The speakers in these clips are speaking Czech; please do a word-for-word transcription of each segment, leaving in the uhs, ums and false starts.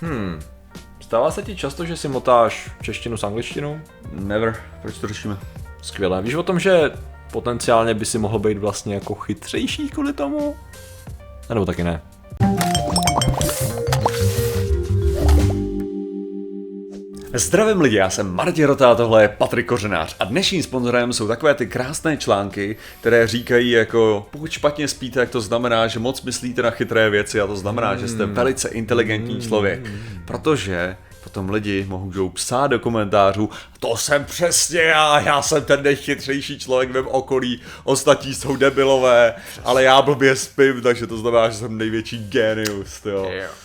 Hmm. Stává se ti často, že si motáš češtinu s angličtinou? Never. Proč to řešíme? Skvělé. Víš o tom, že potenciálně by si mohl být vlastně jako chytřejší kvůli tomu? A nebo taky ne? Zdravím lidi, já jsem Martin Rota, tohle je Patrik Kořenář a dnešním sponzorem jsou takové ty krásné články, které říkají jako pokud špatně spíte, tak to znamená, že moc myslíte na chytré věci a to znamená, že jste velice inteligentní člověk, protože potom lidi mohou psát do komentářů, to jsem přesně já, já jsem ten nejchytřejší člověk v mém okolí, ostatní jsou debilové, ale já blbě spím, takže to znamená, že jsem největší genius, jo.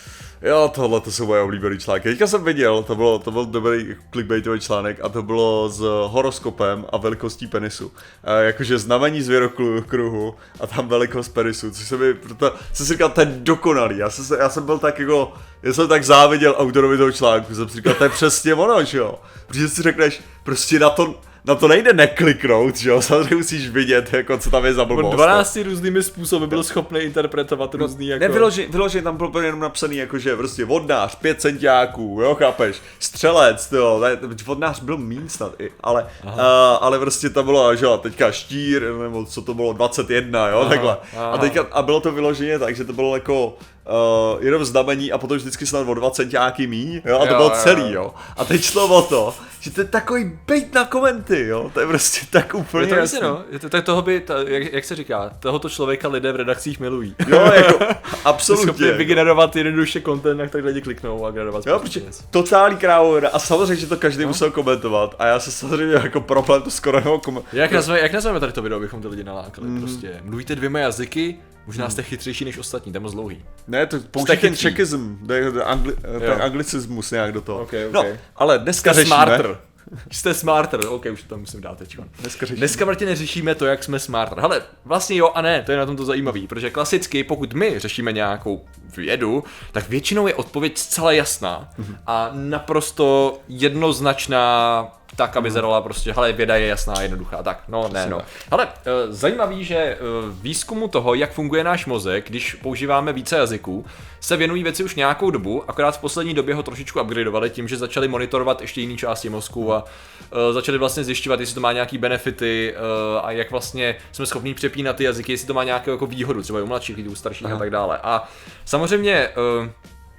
Jo, tohle to jsou moje oblíbený články. Teďka jsem viděl, to, bylo, to byl dobrý clickbaitový článek a to bylo s horoskopem a velikostí penisu. E, jakože znamení zvěrokruhu a tam velikost penisu, což se mi, proto jsem si říkal, to je dokonalý. Já jsem, já jsem byl tak jako, já jsem tak záviděl autorovi toho článku, jsem si říkal, to je přesně ono, že jo. Protože si řekneš, prostě na to, na to nejde nekliknout, že jo, samozřejmě musíš vidět, jako, co tam je za blbost. dvanácti různými způsoby byl schopný interpretovat různý jako... Ne, vyloženě, vyloženě tam bylo jenom napsaný, jako, že prostě vodnář, pět centiáků, jo, chápeš, střelec, jo, vodnář byl míň snad, ale, uh, ale prostě tam bylo, že jo, teďka štír, nebo co to bylo, dvacet jedna, jo, aha, takhle. Aha. A teďka, a bylo to vyloženě tak, že to bylo jako... Uh, jenom znamení a potom vždycky snad o dva centiáky míň, jo, a to jo, bylo celý, jo. A teď šlo o to, že to je takový bejt na komenty, jo, to je prostě tak úplně je to jasný. No, je to, tak toho by, ta, jak, jak se říká, tohoto člověka lidé v redakcích milují. Jo, jako, absolutně. Schopný vygenerovat jednoduše content, na který lidi kliknou a generovat jo, protože totální krávovina a samozřejmě, že to každý no. musel komentovat a já se samozřejmě jako problém to skoro nemohl komentovat. Jak, nazve, jak nazveme tady to video, abychom ty lidi nalákali, mm. prostě mluvíte dvěma jazyky, možná jste chytřejší než ostatní, to je moc dlouhý. Ne, to použij ten čekism, angli, ten anglicismus nějak do toho. Okay, okay. No, ale dneska jste řešíme... Smarter. Jste smarter, ok, už to musím dát teďko. Dneska, dneska Martine řešíme to, jak jsme smarter. Hele, vlastně jo a ne, to je na tom to zajímavý, protože klasicky, pokud my řešíme nějakou vědu, tak většinou je odpověď zcela jasná mm-hmm. a naprosto jednoznačná, tak, aby zadala prostě, hele, věda je jasná, jednoduchá, tak, no, ne, no. Hele, zajímavý, že výzkumu toho, jak funguje náš mozek, když používáme více jazyků, se věnují věci už nějakou dobu, akorát v poslední době ho trošičku upgradeovali tím, že začali monitorovat ještě jiné části mozku a uh, začali vlastně zjišťovat, jestli to má nějaký benefity uh, a jak vlastně jsme schopni přepínat ty jazyky, jestli to má nějakou jako výhodu, třeba u mladších lidí, u starších Aha. a tak dále. A samozřejmě uh,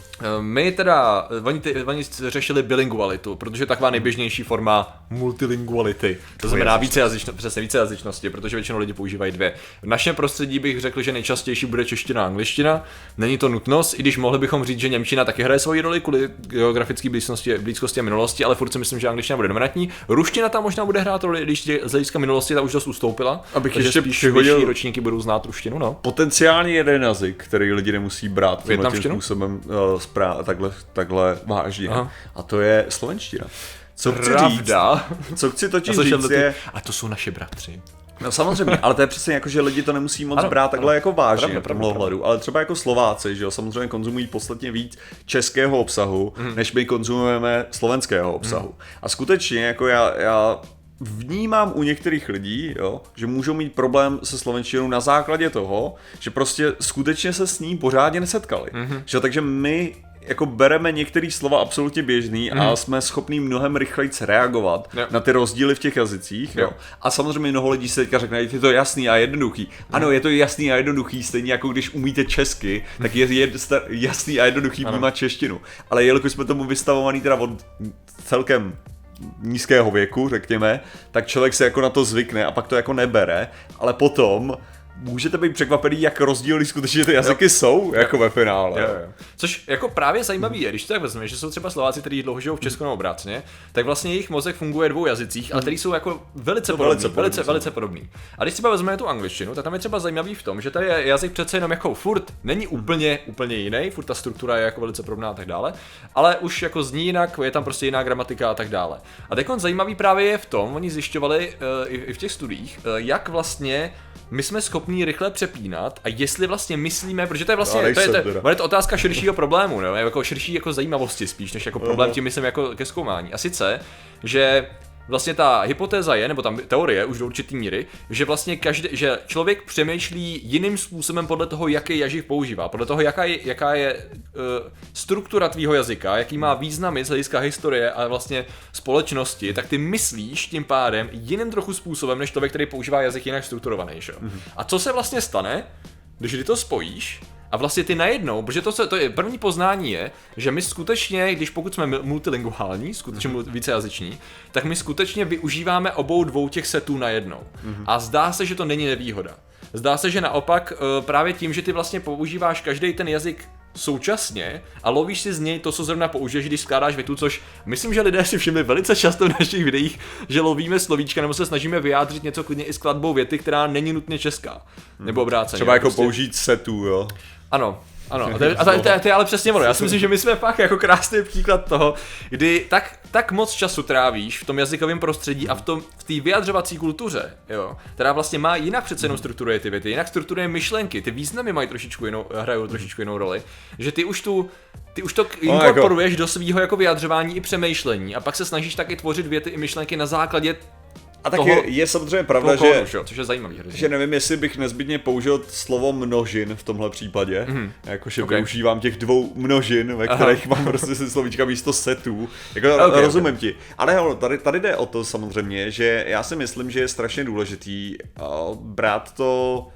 my teda, oni, ty, oni řešili bilingualitu, protože je taková nejběžnější forma multilinguality, to znamená vícejazyčno, přesně vícejazyčnosti, protože většinou lidi používají dvě. V našem prostředí bych řekl, že nejčastější bude čeština a angličtina, není to nutnost, i když mohli bychom říct, že němčina taky hraje svoji roli kvůli geografické blízkosti, blízkosti a minulosti, ale furt si myslím, že angličtina bude dominantní. Ruština tam možná bude hrát roli, když z hlediska minulosti ta už dost ustoupila, abych takže ještě spíš přihodil... ročníky budou znát ruštinu, no. Potenciálně jeden jazyk, který lidi nemusí brát tímhle tím způsobem uh, Sprá, takhle, takhle vážně. Aha. A to je slovenština. Co chci Pravda. říct, co chci totiž říct je... A to jsou naše bratři. No samozřejmě, ale to je přesně jako, že lidi to nemusí moc ano, brát takhle ano. jako vážně v tomhle ohledu, ale třeba jako Slováci, že jo, samozřejmě konzumují podstatně víc českého obsahu, mm. než my konzumujeme slovenského obsahu. Mm. A skutečně jako já, já vnímám u některých lidí, jo, že můžou mít problém se slovenštinou na základě toho, že prostě skutečně se s ní pořádně nesetkali. Mm-hmm. Že, takže my jako bereme některé slova absolutně běžný mm. a jsme schopní mnohem rychleji reagovat jo. na ty rozdíly v těch jazycích. Jo. Jo. A samozřejmě mnoho lidí se teďka řekne, je to jasný a jednoduchý. Mm. Ano, je to jasný a jednoduchý, stejně jako když umíte česky, mm. tak je, je jasný a jednoduchý vnímat češtinu. Ale jelikož jsme tomu vystavovaný teda od celkem nízkého věku, řekněme, tak člověk se jako na to zvykne a pak to jako nebere, ale potom můžete být překvapený, jak rozdílný skutečně ty jazyky jo. jsou, jako jo. ve finále. Jo, jo. Což jako právě zajímavý je, když to tak vezmeme, že jsou třeba Slováci, kteří dlouho žijou v Česku nebo obráceně, tak vlastně jejich mozek funguje v dvou jazycích, ale který jsou jako velice podobný, velice, velice, velice podobný. A když třeba vezmeme tu angličtinu, tak tam je třeba zajímavý v tom, že tady je jazyk přece jenom jako furt není úplně úplně jiný, furt ta struktura je jako velice podobná a tak dále, ale už jako zní jinak, je tam prostě jiná gramatika a tak dále. A teď zajímavý právě je v tom, oni zjišťovali uh, i, i v těch studiích, uh, jak vlastně my jsme schopní rychle přepínat a jestli vlastně myslíme, protože to je vlastně, no, to je, to, to je to otázka širšího problému, no, jako širší jako zajímavosti spíš, než jako problém tím myslím jako ke zkoumání. A sice, že vlastně ta hypotéza je, nebo tam teorie už do určitý míry, že vlastně každý, že člověk přemýšlí jiným způsobem podle toho, jaký jazyk používá, podle toho, jaká je, jaká je uh, struktura tvýho jazyka, jaký má významy z hlediska historie a vlastně společnosti, tak ty myslíš tím pádem jiným trochu způsobem, než člověk, který používá jazyk jinak strukturovaný. Že? Mm-hmm. A co se vlastně stane, když ty to spojíš, a vlastně ty najednou, protože to, se, to je první poznání je, že my skutečně, když pokud jsme multilinguální, skutečně mm-hmm. vícejazyční, tak my skutečně využíváme obou dvou těch setů najednou. Mm-hmm. A zdá se, že to není nevýhoda. Zdá se, že naopak právě tím, že ty vlastně používáš každý ten jazyk současně a lovíš si z něj to, co zrovna použiješ, když skládáš větu, což myslím, že lidé si všimli velice často v našich videích, že lovíme slovíčka nebo se snažíme vyjádřit něco klidně i skladbou věty, která není nutně česká. Nebo obráceně. Třeba jako prostě... použít setu, jo. Ano, ano, a to, je, a to, je, to, je, to je ale přesně ono. Já si myslím, že my jsme fakt jako krásný příklad toho, kdy tak, tak moc času trávíš v tom jazykovém prostředí a v tom v té vyjadřovací kultuře, jo, která vlastně má jinak přece jenom strukturuje ty věty, jinak strukturuje myšlenky, ty významy mají trošičku jinou, hrajou trošičku jinou roli, že ty už tu ty už to inkorporuješ do svého jako vyjadřování i přemýšlení a pak se snažíš taky tvořit věty i myšlenky na základě. A tak je, je samozřejmě pravda, kódu, že, což je zajímavý, že nevím, jestli bych nezbytně použil slovo množin v tomhle případě, mm-hmm. jakože okay. využívám těch dvou množin, ve kterých Aha. mám prostě si slovíčka místo setů, jako okay, rozumím okay. ti. Ale jo, tady, tady jde o to samozřejmě, že já si myslím, že je strašně důležitý uh, brát to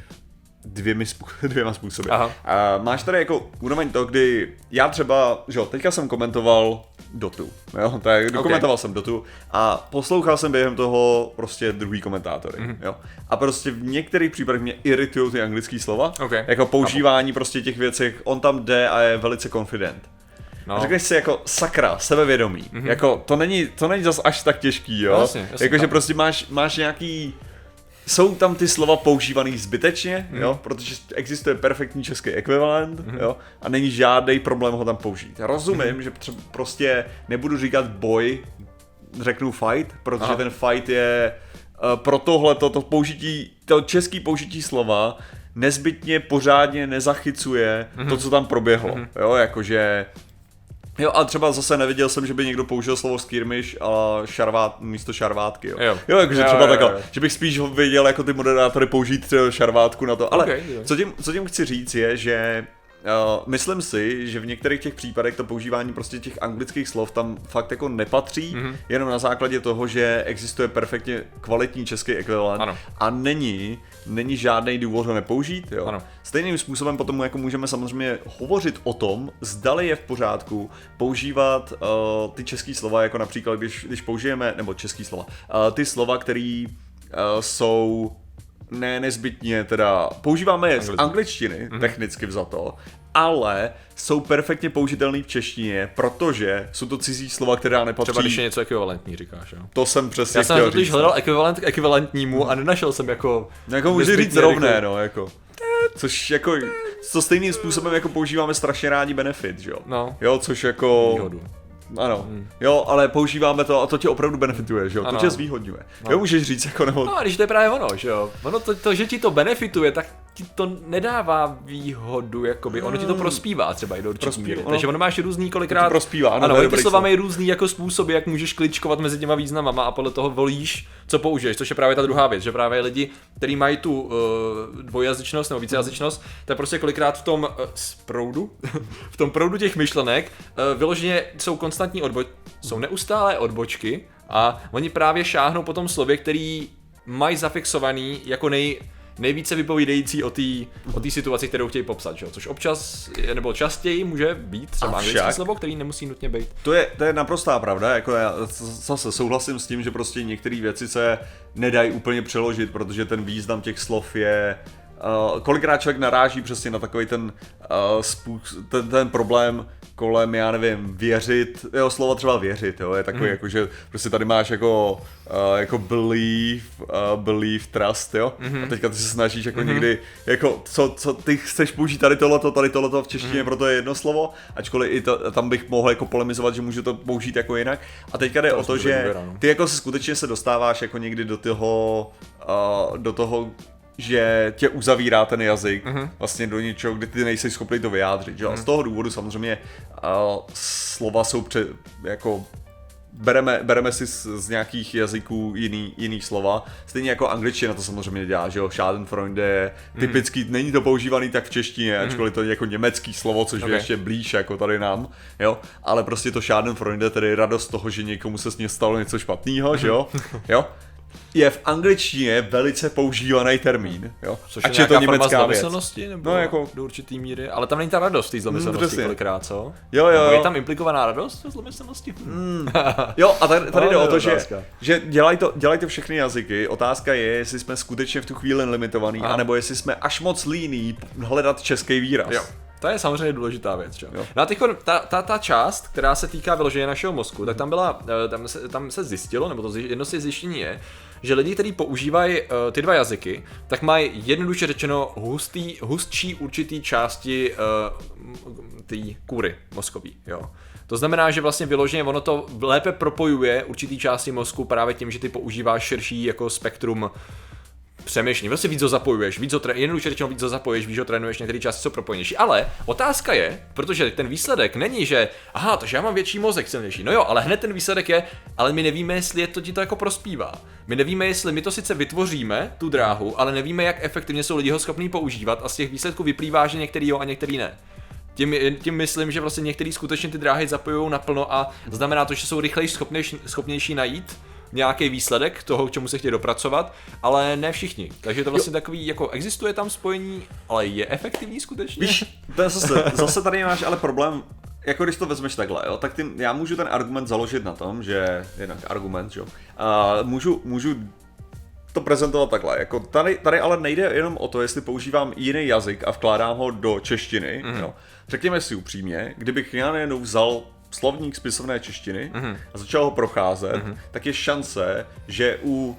dvěmi, spů- dvěma způsoby. Aha. A máš tady jako úroveň to, kdy já třeba, že jo, teďka jsem komentoval Dotu, jo, tak dokumentoval okay. jsem Dotu a poslouchal jsem během toho prostě druhý komentátory, mm-hmm. jo. A prostě v některých případech mě iritují ty anglické slova, okay. jako používání Apo. prostě těch věcí, on tam jde a je velice confident. No. A řekneš si jako sakra, sebevědomí, mm-hmm. jako to není, to není zas až tak těžký, jo. Jasně, jasně, jakože prostě máš, máš nějaký jsou tam ty slova používaný zbytečně, mm. jo, protože existuje perfektní český ekvivalent, mm. jo, a není žádný problém ho tam použít. Rozumím, mm. že třeba prostě nebudu říkat boj, řeknu fight, protože Aha. ten fight je uh, pro tohle to, to použití, to český použití slova nezbytně pořádně nezachycuje mm. to, co tam proběhlo, mm. jo, jakože jo, a třeba zase neviděl jsem, že by někdo použil slovo skirmish a šarvát místo šarvátky, jo. Jo, jo jakože třeba takhle, že bych spíš viděl jako ty moderátory použít šarvátku na to, ale okay, co, tím, co tím chci říct je, že Uh, myslím si, že v některých těch případech to používání prostě těch anglických slov tam fakt jako nepatří, mm-hmm. jenom na základě toho, že existuje perfektně kvalitní český ekvivalent ano. a není, není žádný důvod ho nepoužít. Jo? Ano. Stejným způsobem potom jako můžeme samozřejmě hovořit o tom, zdali je v pořádku používat uh, ty český slova, jako například když, když použijeme, nebo český slova, uh, ty slova, které uh, jsou ne nezbytně, teda používáme je z angličtiny, mm-hmm. technicky vzato, ale jsou perfektně použitelný v češtině, protože jsou to cizí slova, která nepatří. Třeba když je něco ekvivalentní, říkáš, jo? To jsem přesně Já jsem totiž hledal ekvivalent k ekvivalentnímu a nenašel jsem jako... Jako můžu říct rovné, no, jako... Což jako, to stejným způsobem jako používáme strašně rádi benefit, jo? No. Jo, což jako... Výhodu. Ano, hmm. jo, ale používáme to a to tě opravdu benefituje, že jo, ano. To tě zvýhodňuje. No. Jo, můžeš říct jako nebo... No a když to je právě ono, že jo, ono to, to, že ti to benefituje, tak ti to nedává výhodu, jakoby, ono ti to prospívá třeba i do určitý míry, takže ono máš různý kolikrát... To prospívá, ano, ano, ty slova mají různý jako způsoby, jak můžeš kličkovat mezi těma významama a podle toho volíš, co použiješ, což je právě ta druhá věc, že právě lidi, kteří mají tu uh, dvojjazyčnost nebo vícejazyčnost, tak prostě kolikrát v tom uh, proudu, v tom proudu těch myšlenek uh, vyloženě jsou konstantní odboč, jsou neustálé odbočky a oni právě šáhnou po tom slově, který mají zafixovaný jako nej, nejvíce vypovídající o té o té situaci, kterou chtějí popsat, že? Což občas, nebo častěji může být třeba anglické slovo, který nemusí nutně být. To je, to je naprostá pravda, jako já zase souhlasím s tím, že prostě některé věci se nedají úplně přeložit, protože ten význam těch slov je... Uh, kolikrát člověk naráží přesně na takový ten, uh, spůsob, ten, ten problém kolem, já nevím, věřit, jo, slovo třeba věřit, jo, je takový mm. jako, že prostě tady máš jako, uh, jako believe, uh, believe, trust, jo, mm-hmm. a teďka ty se snažíš jako mm-hmm. někdy, jako, co, co ty chceš použít tady tohleto, tady tohleto v češtině, mm. proto je jedno slovo, ačkoliv i to, tam bych mohl jako polemizovat, že můžu to použít jako jinak, a teďka jde to o to, že ty jako si skutečně se dostáváš jako někdy do toho, uh, do toho, že tě uzavírá ten jazyk uh-huh. vlastně do něčeho, kdy ty nejsi schopný to vyjádřit, že? Uh-huh. A z toho důvodu samozřejmě uh, slova jsou pře- jako bereme, bereme si z, z nějakých jazyků jiný, jiný slova, stejně jako angličtina to samozřejmě dělá, že jo, Schadenfreude je typický, mm. není to používaný tak v češtině, mm. ačkoliv to je jako německý slovo, což okay. je ještě blíž jako tady nám, jo, ale prostě to Schadenfreude, tedy radost toho, že někomu se s ním stalo něco špatného, že jo, jo, je v angličtině velice používaný termín, jo. Což je Ač nějaká je to forma zlomyslnosti, nebo no, jako... do určitý míry, ale tam není ta radost té zlomyslnosti mm, kolikrát, co? Jo, jo, jo. Je tam implikovaná radost ve zlomyslnosti? Mm. Jo, a tady, tady no, jde o to, že, že dělají to, dělají to všechny jazyky, otázka je, jestli jsme skutečně v tu chvíli limitovaný, Aha. anebo jestli jsme až moc líní hledat český výraz. Jo. To je samozřejmě důležitá věc. Čo? No a tycho, ta, ta, ta část, která se týká vyloženě našeho mozku, tak tam byla, tam se, tam se zjistilo, nebo to jedno z zjištění je, že lidi, kteří používají uh, ty dva jazyky, tak mají jednoduše řečeno hustý, hustší určitý části uh, té kůry mozkový. Jo. To znamená, že vlastně vyloženě ono to lépe propojuje určitý části mozku právě tím, že ty používáš širší jako spektrum přemýšlení, vlastně víc ho zapojuješ, víc ho trénuješ, jednoduše řečeno víc ho zapojuješ, víc ho trénuješ, některé části jsou propojenější. Ale otázka je, protože ten výsledek není, že aha, takže já mám větší mozek silnější. No jo, ale hned ten výsledek je, ale my nevíme, jestli je to ti to jako prospívá. My nevíme, jestli my to sice vytvoříme, tu dráhu, ale nevíme, jak efektivně jsou lidi ho schopní používat a z těch výsledků vyplývá, že některý jo a některý ne. Tím, tím myslím, že vlastně některý skutečně ty dráhy zapojují naplno a znamená to, že jsou rychleji schopnější, schopnější najít nějaký výsledek toho, k čemu se chtějí dopracovat, ale ne všichni. Takže to vlastně jo. takový, jako existuje tam spojení, ale je efektivní skutečně? Víš, to je zase, zase tady máš ale problém, jako když to vezmeš takhle, jo, tak ty, já můžu ten argument založit na tom, že, jinak argument, jo, a můžu, můžu to prezentovat takhle, jako tady, tady ale nejde jenom o to, jestli používám jiný jazyk a vkládám ho do češtiny, mm. jo. Řekněme si upřímně, kdybych já nejenom vzal slovník spisovné češtiny mm-hmm. a začal ho procházet, mm-hmm. tak je šance, že u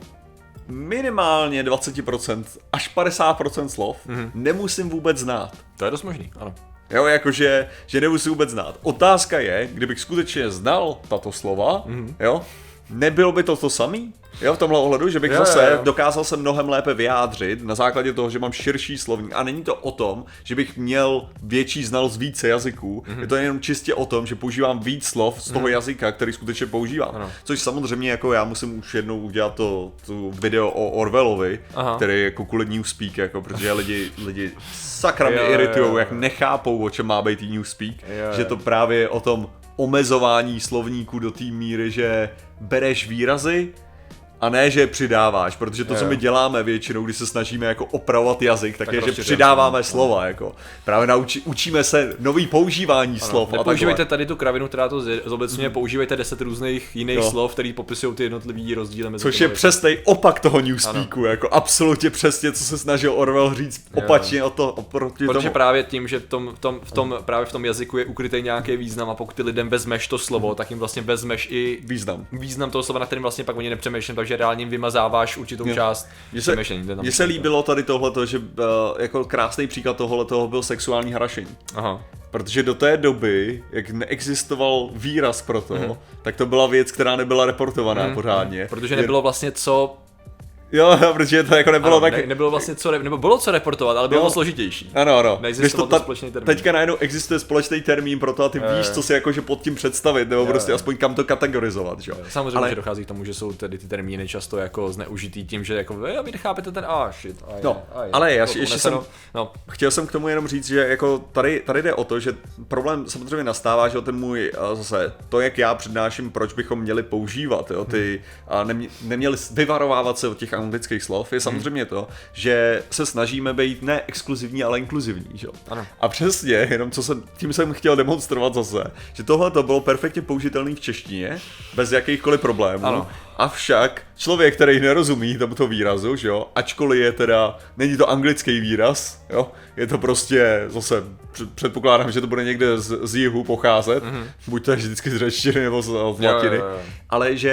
minimálně dvacet procent až padesát procent slov mm-hmm. nemusím vůbec znát. To je dost možný, ano. Jo, jakože, že nemusím vůbec znát. Otázka je, kdybych skutečně znal tato slova, mm-hmm. jo, nebylo by to to samý? Jo, v tomhle ohledu, že bych jo, zase jo, jo. dokázal se mnohem lépe vyjádřit na základě toho, že mám širší slovník. A není to o tom, že bych měl větší znalost více jazyků. Mm-hmm. Je to jenom čistě o tom, že používám víc slov z toho mm-hmm. jazyka, který skutečně používám. Ano. Což samozřejmě jako já musím už jednou udělat to, to video o Orwellovi, Aha. který je jako kvůli Newspeak, jako, protože lidi, lidi sakra mě iritujou, jak nechápou, o čem má být Newspeak. Jo, že to právě je o tom omezování slovníku do té míry, že bereš výrazy, a ne, že je přidáváš, protože to, co my děláme většinou, když se snažíme jako opravovat jazyk, tak, tak je, že přidáváme jasný. slova, no. jako. Právě nauči, učíme se nový používání ano, slov. Nepoužívejte tady tu kravinu, která to zobecňuje, hmm. používejte deset různých jiných jo. slov, které popisují ty jednotlivý rozdíly mezi Což je přesný opak toho Newspeaku, jako absolutně přesně, co se snažil Orwell říct opačně o to, oproti Protože tomu. právě tím, že v tom, v tom, v tom, právě v tom jazyku je ukrytý nějaký význam a pokud ty lidem vezmeš to slovo, hmm. tak jim vlastně vezmeš i význam, význam toho slova, na kterým vlastně pak oni nepřemýšlím, takže reálně vymazáváš určitou jo. část přemýšlení. Mně se líbilo tady tohleto, že uh, jako krásný příklad tohoto byl sexuální harašení. Aha. Protože do té doby, jak neexistoval výraz pro to, mm. tak to byla věc, která nebyla reportovaná mm. pořádně. Protože nebylo vlastně co... Jo, protože to jako nebylo ano, tak... Ne, nebylo vlastně co, nebo bylo co reportovat, ale bylo to složitější. Ano, ano. Neexistoval to společný termín. Teďka najednou existuje společný termín pro to a ty je, víš, co si jakože pod tím představit, nebo je, prostě je. aspoň kam to kategorizovat, že jo. Samozřejmě, ale... že dochází k tomu, že jsou tedy ty termíny často jako zneužitý tím, že jako vy nechápete ten a shit. A je, no, a je, ale já ještě jsem, no. chtěl jsem k tomu jenom říct, že jako tady, tady jde o to, že problém samozřejmě nastává, že ten můj, zase, to jak já přednáším, proč bychom měli používat, jo, ty, a nemě, neměli vyvarovávat se od těch anglických slov, je samozřejmě to, že se snažíme být ne exkluzivní, ale inkluzivní, že? Ano. A přesně, jenom co jsem, tím jsem chtěl demonstrovat zase, že tohle to bylo perfektně použitelné v češtině, bez jakýchkoliv problémů. Ano. Avšak člověk, který nerozumí tomuto výrazu, že jo, ačkoliv je teda, není to anglický výraz, jo, je to prostě, zase předpokládám, že to bude někde z, z jihu pocházet, mm-hmm. buď to je vždycky z řečtiny nebo z, z latiny, jo, jo, jo. ale že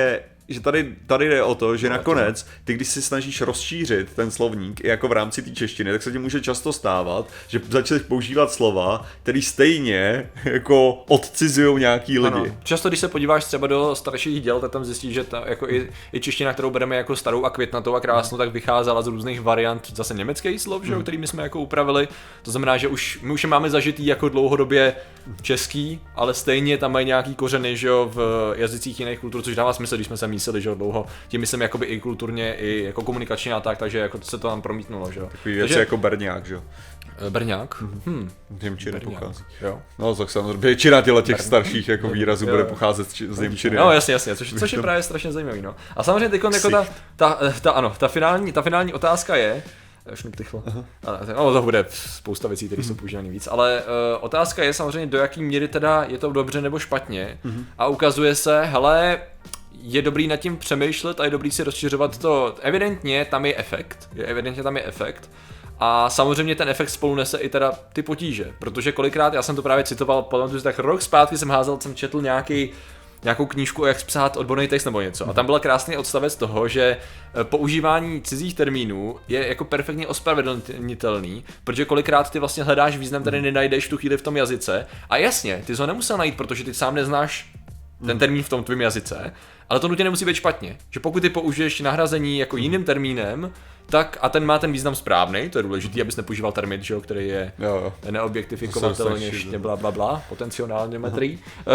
že tady, tady jde o to, že no, nakonec, ty když si snažíš rozšířit ten slovník i jako v rámci té češtiny, tak se ti může často stávat, že začneš používat slova, který stejně jako odcizují nějaký lidi. Ano. Často, když se podíváš třeba do starších děl, tak tam zjistíš, že ta, jako i, i čeština, kterou bereme jako starou a květnatou a krásnou, tak vycházela z různých variant zase německých slov, že, mm. kterými jsme jako upravili. To znamená, že už my už je máme zažitý jako dlouhodobě český, ale stejně tam mají nějaký kořeny, že jo, v jazycích jiných kultur, což dává smysl, když jsme se mísili, že jo, dlouho. Tím myslím jakoby i kulturně, i jako komunikačně a tak, takže jako se to tam promítnulo, že jo. Takový věci jako berňák, že jo. Brňák? Hmm. Němčiny pochází. Jo. No tak samozřejmě většina těle těch starších jako výrazů bude pocházet z němčiny. No jasně, jasně, což, což je právě strašně zajímavý, no. A samozřejmě teď jako ta, ta, ta, ano, ta finální, ta finální otázka je, šnup tychlo. No, to bude spousta věcí, které jsou používané víc, ale uh, otázka je samozřejmě, do jaký míry teda je to dobře nebo špatně. Mm-hmm. A ukazuje se, hele, je dobrý nad tím přemýšlet a je dobrý si rozšiřovat to. Evidentně tam je efekt, je evidentně tam je efekt. A samozřejmě ten efekt spolu nese i teda ty potíže, protože kolikrát, já jsem to právě citoval, pamatuju si, tak rok zpátky jsem házel, jsem četl nějaký nějakou knížku o jak psát odborný text nebo něco. A tam byla krásný odstavec toho, že používání cizích termínů je jako perfektně ospravedlnitelný, protože kolikrát ty vlastně hledáš význam, který nenajdeš v tu chvíli v tom jazyce. A jasně, ty jsi ho nemusel najít, protože ty sám neznáš ten termín v tom tvém jazyce, ale to nutně nemusí být špatně. Že pokud ty použiješ nahrazení jako jiným termínem, tak a ten má ten význam správný, to je důležitý, abys nepoužíval termit, že jo, který je jo, jo. neobjektifikovatelně ještě bla bla bla, potenciální metrii,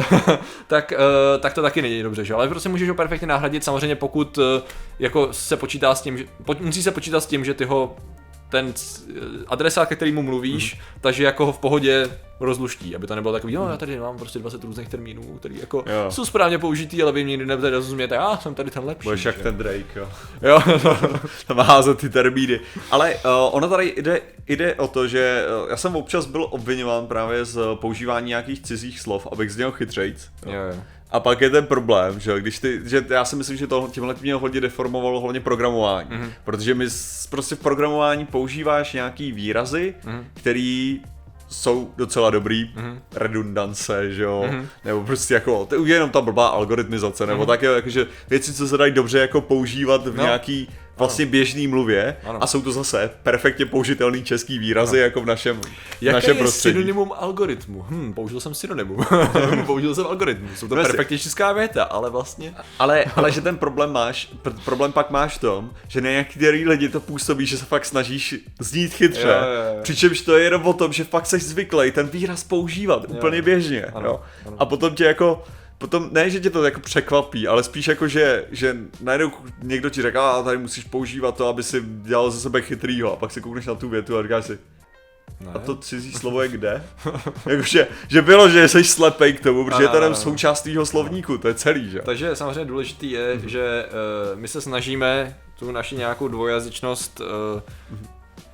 tak, uh, tak to taky není dobře, že? Ale prostě můžeš ho perfektně nahradit, samozřejmě pokud uh, jako se počítá s tím, že, po, musí se počítat s tím, že ty ho ten adresát, ke kterému mluvíš, mm. takže jako ho v pohodě rozluští, aby to nebylo takový, jo, já tady mám prostě dvacet různých termínů, který jako jo. jsou správně použitý, ale vy mě nikdy nebudete rozumět, já jsem tady ten lepší. Budeš jak ten Drake, jo. Jo. Tam házet ty termíny. Ale uh, ono tady jde, jde o to, že uh, já jsem občas byl obviňován právě z používání nějakých cizích slov, abych z něho chytřejc. Jo. Jo, jo. A pak je ten problém, že když ty, že já si myslím, že to tímhle mě hodně deformovalo hlavně programování, mm-hmm. protože my prostě v programování používáš nějaký výrazy, mm-hmm. který jsou docela dobrý, mm-hmm. redundance, že jo, mm-hmm. nebo prostě jako, to je jenom ta blbá algoritmizace, nebo mm-hmm. tak jakože věci, co se dají dobře jako používat v no. nějaký vlastně ano. běžný mluvě ano. a jsou to zase perfektně použitelný český výrazy ano. jako v našem, v našem je prostředí. synonymum algoritmu? Hm, použil jsem synonymum. použil jsem algoritmu. Jsou to no perfektně česká věta, ale vlastně... Ale, ale že ten problém máš, pr- problém pak máš v tom, že na některý lidi to působí, že se fakt snažíš znít chytře. Jo, jo, jo. Přičemž to je jenom o tom, že fakt jsi zvyklý ten výraz používat jo, úplně běžně. Ano, jo. Ano. A potom tě jako... Potom ne, že tě to jako překvapí, ale spíš jako, že, že najednou někdo ti řekl, a tady musíš používat to, aby si dělal ze sebe chytrýho a pak si koukneš na tu větu a říkáš si, ne. A to cizí slovo je kde? Jakože, že bylo, že jsi slepej k tomu, protože je to jenom součást tvýho slovníku, to je celý, že? Takže samozřejmě důležitý je, mm-hmm. že uh, my se snažíme tu naši nějakou dvojazyčnost uh, mm-hmm.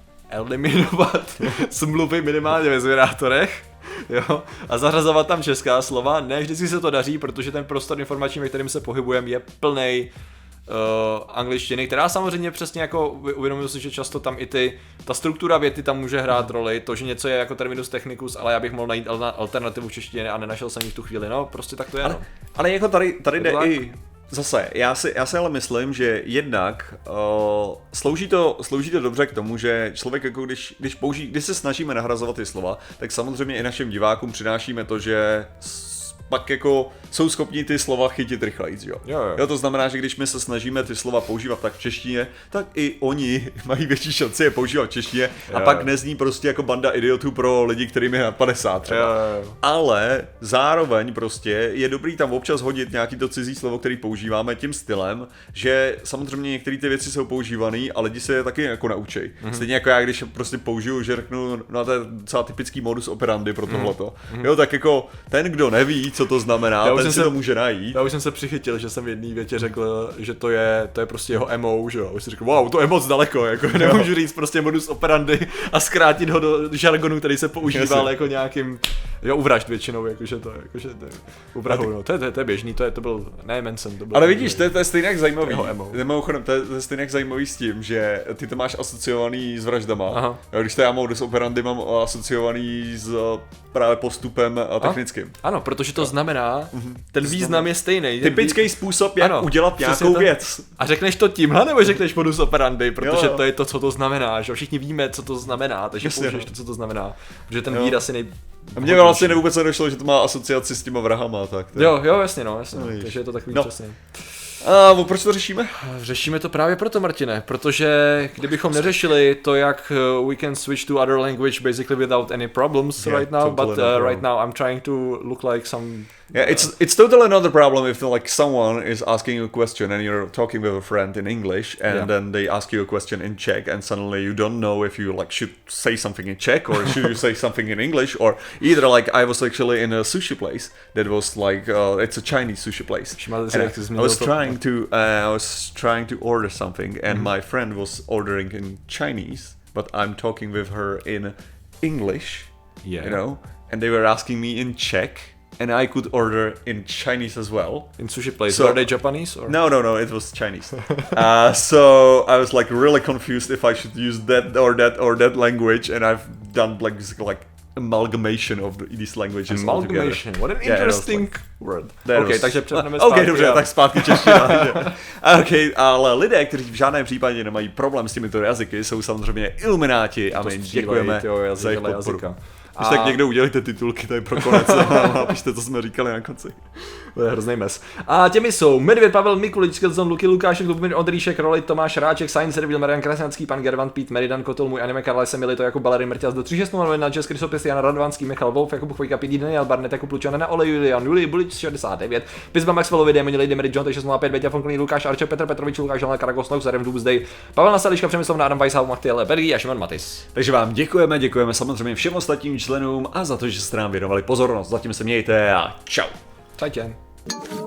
eliminovat z mluvy minimálně ve zvědátorech. Jo, a zařazovat tam česká slova, ne vždycky se to daří, protože ten prostor informační, ve kterém se pohybujeme, je plnej uh, angličtiny, která samozřejmě přesně jako uvědomuji si, že často tam i ty, ta struktura věty tam může hrát roli, to, že něco je jako terminus technicus, ale já bych mohl najít alternativu v češtině a nenašel jsem ji v tu chvíli, no prostě tak to je. Ale, no. ale jako tady, tady jde i... Zase, já si, já si ale myslím, že jednak uh, slouží, to, slouží to dobře k tomu, že člověk jako když, když, použí, když se snažíme nahrazovat ty slova, tak samozřejmě i našim divákům přinášíme to, že pak jako jsou schopni ty slova chytit rychlejc, jo? Jo, jo. jo. To znamená, že když my se snažíme ty slova používat tak v češtině, tak i oni mají větší šanci je používat v češtině a jo, pak jo. nezní prostě jako banda idiotů pro lidi, kterým je nad padesát třeba. Jo, jo. Ale zároveň prostě je dobrý tam občas hodit nějaký to cizí slovo, který používáme tím stylem, že samozřejmě některé ty věci jsou používané a lidi se je taky jako naučí. Mm-hmm. Stejně jako já, když prostě použiju, že řeknu, no to je docela typický modus operandi pro tohleto. Mm-hmm. Jo, tak jako ten, kdo neví, co to znamená, já ten si se, to může najít. Já už jsem se přichytil, že jsem v jedné větě řekl, že to je, to je prostě jeho M O, že jo. Už si řekl, wow, to je moc daleko, jako nemůžu říct prostě modus operandi a zkrátit ho do žargonu, který se používal jako nějakým, jo, u vražd většinou, jakože to, jakože to je, u vrahu, no, to je, to, je, to je běžný, to je, to byl, ne Manson, to byl. Ale vidíš, to je, to je stejně jak zajímavý, mimochodem, to je, to je stejně jak zajímavý s tím, že ty to máš asociovaný s vraždama, jo, když to já modus operandi mám asociovaný s právě postupem technickým. Ano, protože to znamená, ten význam je stejný. Typický způsob, jak ano, udělat nějakou věc. A řekneš to tímhle, nebo řekneš modus operandi, protože jo, jo. to je to, co to znamená, že všichni víme, co to znamená, takže Jasně, použiješ no. to, co to znamená. Protože ten Jo. výraz je nej... A mně vlastně vůbec nedošlo, že to má asociaci s těma vrahama, tak. To... Jo, jo, jasně, no, jasně. No, No, takže je to takový no. přesně. A proč to řešíme? Řešíme to právě proto, Martine, protože kdybychom neřešili to, jak uh, we can switch to other language basically without any problems Yeah, right now, totally but no uh, problem. right now I'm trying to look like some... Yeah, it's it's totally another problem if like someone is asking you a question and you're talking with a friend in English and Yeah. then they ask you a question in Czech and suddenly you don't know if you like should say something in Czech or should you say something in English or either like I was actually in a sushi place that was like uh, it's a Chinese sushi place. Všiml jsi, And jak jsi I zmínil was to- trying to uh, I was trying to order something and Mhm. my friend was ordering in Chinese but I'm talking with her in English, Yeah. you know, and they were asking me in Czech. And I could order in Chinese as well. In sushi place, So- are they Japanese or? No, no, no, it was Chinese. uh, so I was like really confused if I should use that or that or that language, and I've done like this, like amalgamation of the, these languages Amalgamation, what an Yeah, it was interesting word. That Ok, was- takže přepneme Ah, Ok, zpátky dobře, a- tak zpátky čeština. Ok, ale lidé, kteří v žádném případě nemají problém s těmito jazyky, jsou samozřejmě ilumináti a my střílejí, děkujeme tyjo, za jejich jazykele podporu. jazyka. Když A- tak někdo udělejte titulky tady pro konec a napište, co jsme říkali na konci. To je hrozný mes. A těmi jsou Medvěd, Pavel Mikulič, Skillzone, Luky, Lukášek, Lubomír Ondříšek, Rolit, Tomáš Ráček, Science, Servil, Marian Krasňanský, Pan Gervan, Pít, Meridan, Kotol, můj anime, Karla, Semili, to jako Balery, Mrťas do tři šest nula na Jess, Krysopis, Jan Radovanský, Michal Wolf, Jakub Chvojka, Pít, Daniel Barnet, Jakub Lučan, na Ole, Julian, Julie, Bulič, šedesát devět, Pizba, Maxwellovi, Demoni, Lady Mary, John, šest nula pět, Beťa, Fonklný, Lukáš, Arče, Petr Petrovič, Lukáš, Žalna, Karagos, Nox, Zarem, Doomsday, Pavel Nasališka, Přemysl, Adam Weishaupt, Machtiele, Bergy a Šimon Matis. Takže vám děkujeme, děkujeme samozřejmě všem ostatním členům a za to, že jste nám věnovali pozornost. Zatím se mějte a čau. Čajtě.